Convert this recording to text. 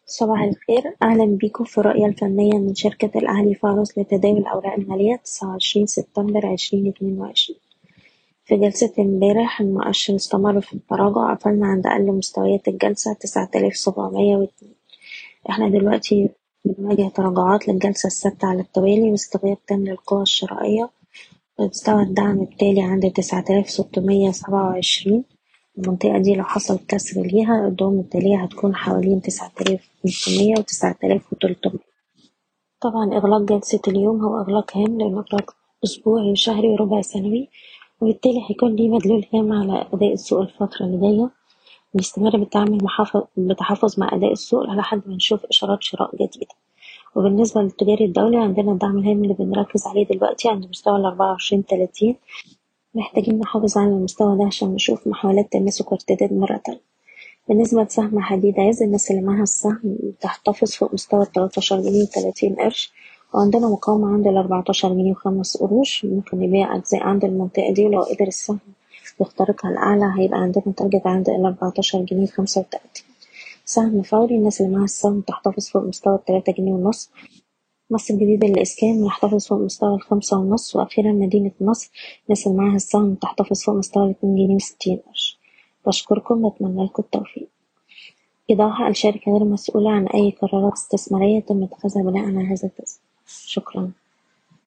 صباح الخير، أهلا بيكم في الرؤية الفنية من شركة الأهلي فارس لتداول الأوراق المالية 29 سبتمبر 2022. في جلسة امبارح المؤشر استمر في التراجع، قفلنا عند أقل مستويات الجلسة 9702. احنا دلوقتي بنواجه تراجعات للجلسة السادسة على التوالي واستغلال تام للقوى الشرائية. مستوى الدعم التالي عند 9627. المنطقة دي لو حصل كسر ليها الدعم التالية هتكون حوالين 9500 و9300. طبعا إغلاق جلسة اليوم هو إغلاق هام لأنه إغلاق أسبوعي وشهري وربع سنوي، وبالتالي هيكون ليه مدلول هام على أداء السوق الفترة اللي جاية. بنستمر بالتعامل بتحفظ مع أداء السوق على حد ما نشوف إشارات شراء جديدة. وبالنسبة للتجاري الدولي عندنا الدعم الهام اللي بنركز عليه دلوقتي عند مستوى 24.30. محتاجين نحافظ على المستوى ده عشان نشوف محاولات تماسك وارتداد مرة تانية. بالنسبة لسهم حديد عز، الناس اللي معاها السهم تحتفظ فوق مستوى 13 جنيه و30 قرش، وعندنا مقاومة عند 14 جنيه و5 قروش. ممكن نبيع أجزاء عند المنطقة دي، ولو قدر السهم يخترقها الأعلى هيبقى عندنا تارجت عند 14 جنيه 35. سهم فوري، الناس اللي معاها السهم تحتفظ فوق مستوى 3 جنيه ونص. مصر الجديدة للإسكان نحتفظ فوق مستوى 5 ونص. وأخيرا مدينة نصر، الناس اللي معاها السهم تحتفظ فوق مستوى 2 جنيه و60 قرش. بشكركم وأتمنى لكم التوفيق. إيضاح: الشركة غير مسؤولة عن أي قرارات استثمارية تم اتخاذها بناء على هذا التسجيل. شكرا.